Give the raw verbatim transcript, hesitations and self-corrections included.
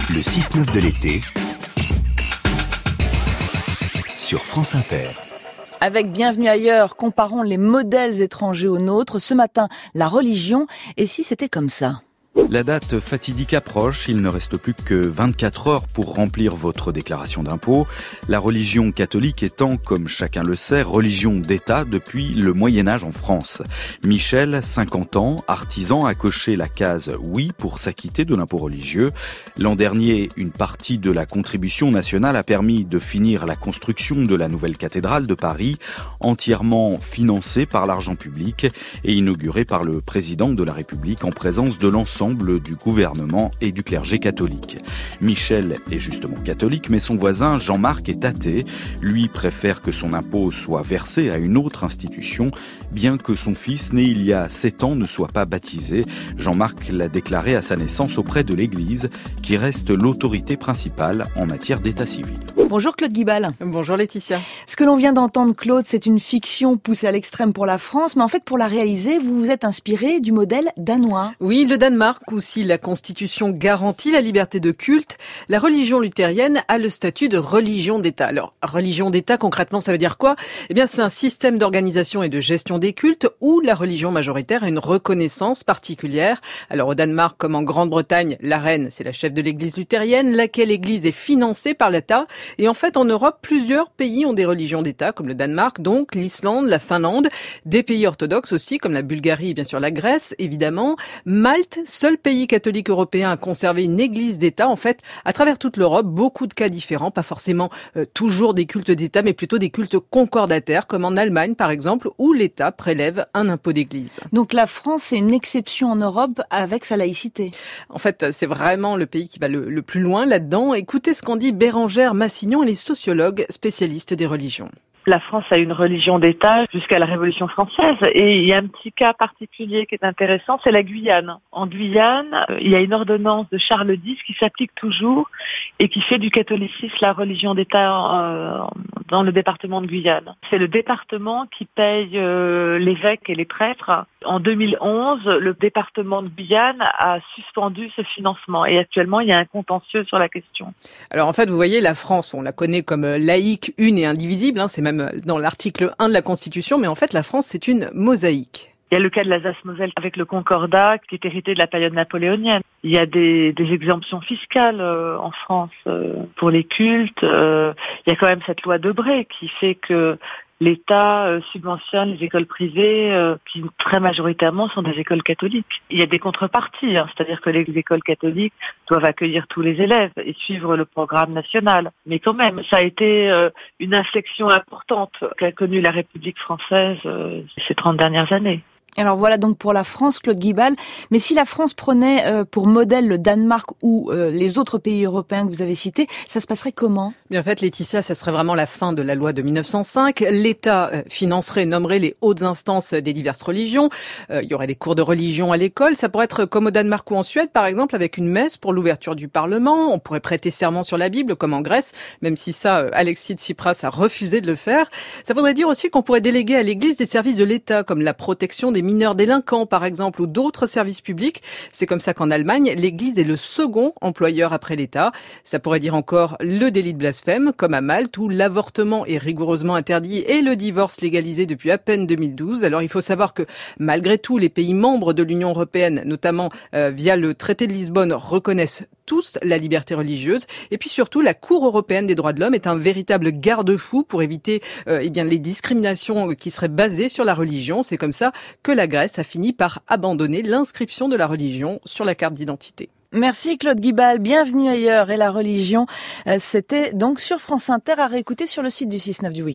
Le six neuf de l'été sur France Inter. Avec Bienvenue ailleurs, comparons les modèles étrangers aux nôtres. Ce matin, la religion. Et si c'était comme ça ? La date fatidique approche, il ne reste plus que vingt-quatre heures pour remplir votre déclaration d'impôt. La religion catholique étant, comme chacun le sait, religion d'État depuis le Moyen-Âge en France. Michel, cinquante ans, artisan, a coché la case « oui » pour s'acquitter de l'impôt religieux. L'an dernier, une partie de la contribution nationale a permis de finir la construction de la nouvelle cathédrale de Paris, entièrement financée par l'argent public et inaugurée par le président de la République en présence de l'ensemble du gouvernement et du clergé catholique. Michel est justement catholique, mais son voisin Jean-Marc est athée. Lui préfère que son impôt soit versé à une autre institution, bien que son fils, né il y a sept ans, ne soit pas baptisé. Jean-Marc l'a déclaré à sa naissance auprès de l'Église, qui reste l'autorité principale en matière d'état civil. Bonjour Claude Guibal. Bonjour Laetitia. Ce que l'on vient d'entendre, Claude, c'est une fiction poussée à l'extrême pour la France, mais en fait, pour la réaliser, vous vous êtes inspiré du modèle danois. Oui, le Danemark, où si la Constitution garantit la liberté de culte, la religion luthérienne a le statut de religion d'État. Alors, religion d'État, concrètement, ça veut dire quoi ? Eh bien, c'est un système d'organisation et de gestion des cultes où la religion majoritaire a une reconnaissance particulière. Alors, au Danemark, comme en Grande-Bretagne, la reine, c'est la chef de l'église luthérienne, laquelle église est financée par l'État. Et en fait, en Europe, plusieurs pays ont des religions d'État, comme le Danemark, donc l'Islande, la Finlande, des pays orthodoxes aussi, comme la Bulgarie et bien sûr la Grèce, évidemment. Malte, seul pays catholique européen à conserver une église d'État. En fait, à travers toute l'Europe, beaucoup de cas différents, pas forcément euh, toujours des cultes d'État, mais plutôt des cultes concordataires, comme en Allemagne par exemple, où l'État prélève un impôt d'église. Donc la France, c'est une exception en Europe avec sa laïcité. En fait, c'est vraiment le pays qui va le, le plus loin là-dedans. Écoutez ce qu'en dit Bérangère Massignon, elle est sociologue spécialiste des religions. La France a une religion d'État jusqu'à la Révolution française et il y a un petit cas particulier qui est intéressant, c'est la Guyane. En Guyane, il y a une ordonnance de Charles X qui s'applique toujours et qui fait du catholicisme la religion d'État euh, dans le département de Guyane. C'est le département qui paye euh, l'évêque et les prêtres. En deux mille onze, le département de Guyane a suspendu ce financement et actuellement il y a un contentieux sur la question. Alors en fait, vous voyez, la France, on la connaît comme laïque, une et indivisible, hein, c'est même dans l'article un de la Constitution, mais en fait, la France, c'est une mosaïque. Il y a le cas de l'Alsace-Moselle avec le Concordat qui est hérité de la période napoléonienne. Il y a des, des exemptions fiscales euh, en France euh, pour les cultes. Euh, il y a quand même cette loi Debré qui fait que l'État euh, subventionne les écoles privées euh, qui très majoritairement sont des écoles catholiques. Il y a des contreparties, hein, c'est-à-dire que les écoles catholiques doivent accueillir tous les élèves et suivre le programme national. Mais quand même, ça a été euh, une inflexion importante qu'a connue la République française euh, ces trente dernières années. Alors voilà donc pour la France, Claude Guibal. Mais si la France prenait euh, pour modèle le Danemark ou euh, les autres pays européens que vous avez cités, ça se passerait comment ? Bien en fait, Laetitia, ça serait vraiment la fin de la loi de mille neuf cent cinq. L'État euh, financerait, nommerait les hautes instances des diverses religions. Euh, il y aurait des cours de religion à l'école. Ça pourrait être comme au Danemark ou en Suède, par exemple, avec une messe pour l'ouverture du Parlement. On pourrait prêter serment sur la Bible, comme en Grèce, même si ça, euh, Alexis Tsipras a refusé de le faire. Ça voudrait dire aussi qu'on pourrait déléguer à l'Église des services de l'État, comme la protection des mineurs délinquants, par exemple, ou d'autres services publics. C'est comme ça qu'en Allemagne, l'Église est le second employeur après l'État. Ça pourrait dire encore le délit de blasphème, comme à Malte, où l'avortement est rigoureusement interdit et le divorce légalisé depuis à peine deux mille douze. Alors, il faut savoir que, malgré tout, les pays membres de l'Union européenne, notamment euh, via le traité de Lisbonne, reconnaissent tous la liberté religieuse. Et puis surtout, la Cour européenne des droits de l'homme est un véritable garde-fou pour éviter euh, eh bien, les discriminations qui seraient basées sur la religion. C'est comme ça que la Grèce a fini par abandonner l'inscription de la religion sur la carte d'identité. Merci Claude Guibal, bienvenue ailleurs. Et la religion, euh, c'était donc sur France Inter à réécouter sur le site du six neuf du week-end.